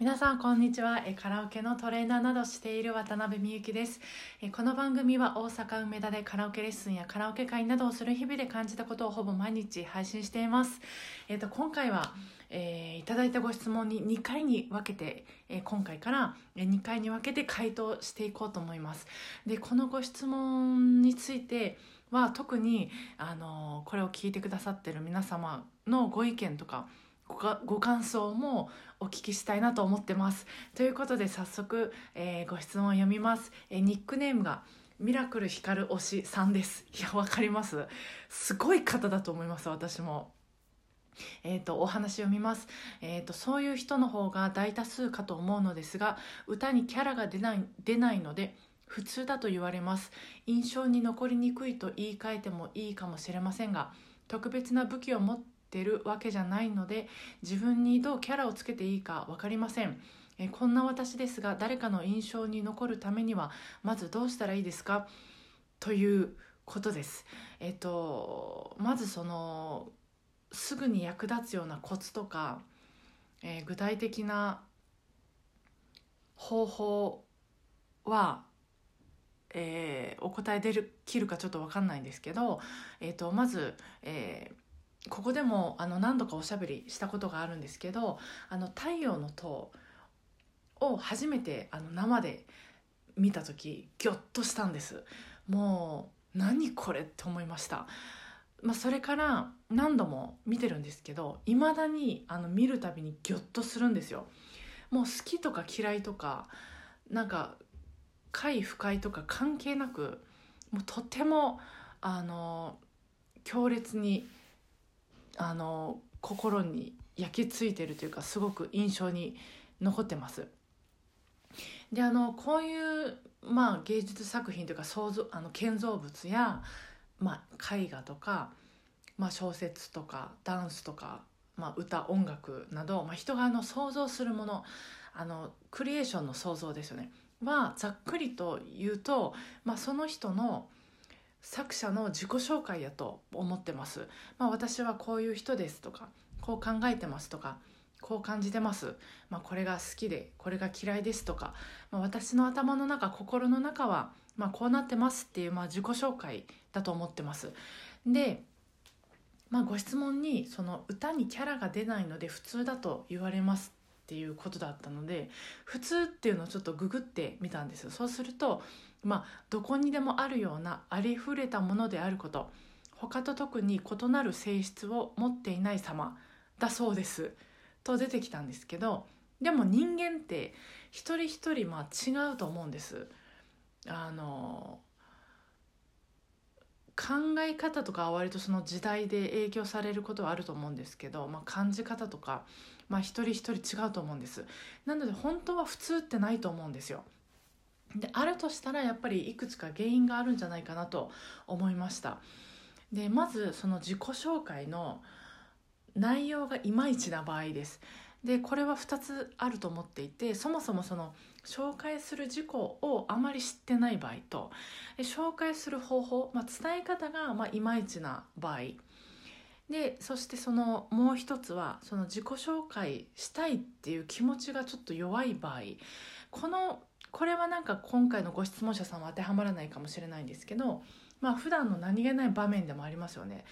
皆さんこんにちは。カラオケのトレーナーなどしている渡辺美幸です。この番組は大阪梅田でカラオケレッスンやカラオケ会などをする日々で感じたことをほぼ毎日配信しています。今回は、いただいたご質問に2回に分けて、今回から2回に分けて回答していこうと思います。で、このご質問については特にこれを聞いてくださっている皆様のご意見とかご感想もお聞きしたいなと思ってます。ということで早速、ご質問を読みます。ニックネームがミラクル光る推しさんです。いや、わかります。すごい方だと思います。私も。お話読みます。そういう人の方が大多数かと思うのですが、歌にキャラが出ないので普通だと言われます。印象に残りにくいと言い換えてもいいかもしれませんが、特別な武器を持ってるわけじゃないので、自分にどうキャラをつけていいか分かりません。こんな私ですが、誰かの印象に残るためにはまずどうしたらいいですか、ということです。まずすぐに役立つようなコツとか、具体的な方法は、お答えきるかちょっと分かんないんですけど、まず、ここでも何度かおしゃべりしたことがあるんですけど、太陽の塔を初めて生で見た時ギョッとしたんです。もう何これって思いました。それから何度も見てるんですけど、いまだに見るたびにギョッとするんですよ。もう好きとか嫌いとかなんか快不快とか関係なく、もうとても強烈に心に焼き付いてるというか、すごく印象に残ってます。でこういう、芸術作品というか建造物や、絵画とか、小説とかダンスとか、歌音楽など、人が想像するもの、クリエーションの想像ですよね、はざっくりと言うと、その人の作者の自己紹介やと思ってます。私はこういう人ですとか、こう考えてますとか、こう感じてます、これが好きでこれが嫌いですとか、私の頭の中心の中は、こうなってますっていう、自己紹介だと思ってます。で、ご質問に歌にキャラが出ないので普通だと言われますっていうことだったので、普通っていうのをちょっとググってみたんです。そうすると、どこにでもあるようなありふれたものであること、他と特に異なる性質を持っていない様だそうですと出てきたんですけど、でも人間って一人一人違うと思うんです。考え方とかは割とその時代で影響されることはあると思うんですけど、感じ方とか、一人一人違うと思うんです。なので本当は普通ってないと思うんですよ。であるとしたらやっぱりいくつか原因があるんじゃないかなと思いました。でまずその自己紹介の内容がいまいちな場合です。でこれは2つあると思っていて、そもそもその紹介する事項をあまり知ってない場合と、紹介する方法、伝え方がいまいちな場合で、そしてもう一つは自己紹介したいっていう気持ちがちょっと弱い場合、これは今回のご質問者さんは当てはまらないかもしれないんですけど、普段の何気ない場面でもありますよね。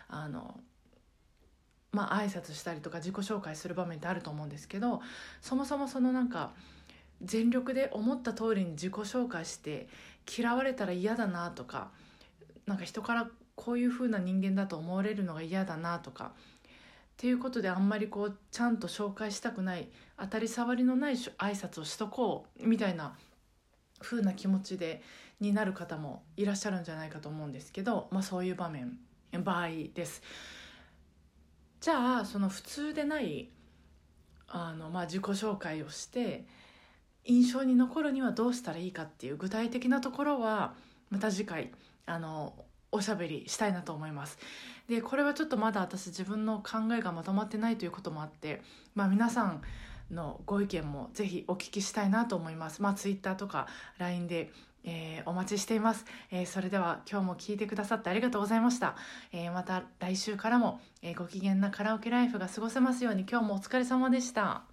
挨拶したりとか自己紹介する場面ってあると思うんですけど、そもそも全力で思った通りに自己紹介して嫌われたら嫌だなとか、人からこういう風な人間だと思われるのが嫌だなとかっていうことで、あんまりちゃんと紹介したくない、当たり障りのない挨拶をしとこうみたいな風な気持ちになる方もいらっしゃるんじゃないかと思うんですけど、そういう場合です。じゃあ普通でない自己紹介をして印象に残るにはどうしたらいいかっていう具体的なところはまた次回おしゃべりしたいなと思います。でこれはちょっとまだ私自分の考えがまとまってないということもあって、皆さんのご意見もぜひお聞きしたいなと思います。Twitter とか LINE でお待ちしています。それでは今日も聞いてくださってありがとうございました。また来週からも、ご機嫌なカラオケライフが過ごせますように。今日もお疲れ様でした。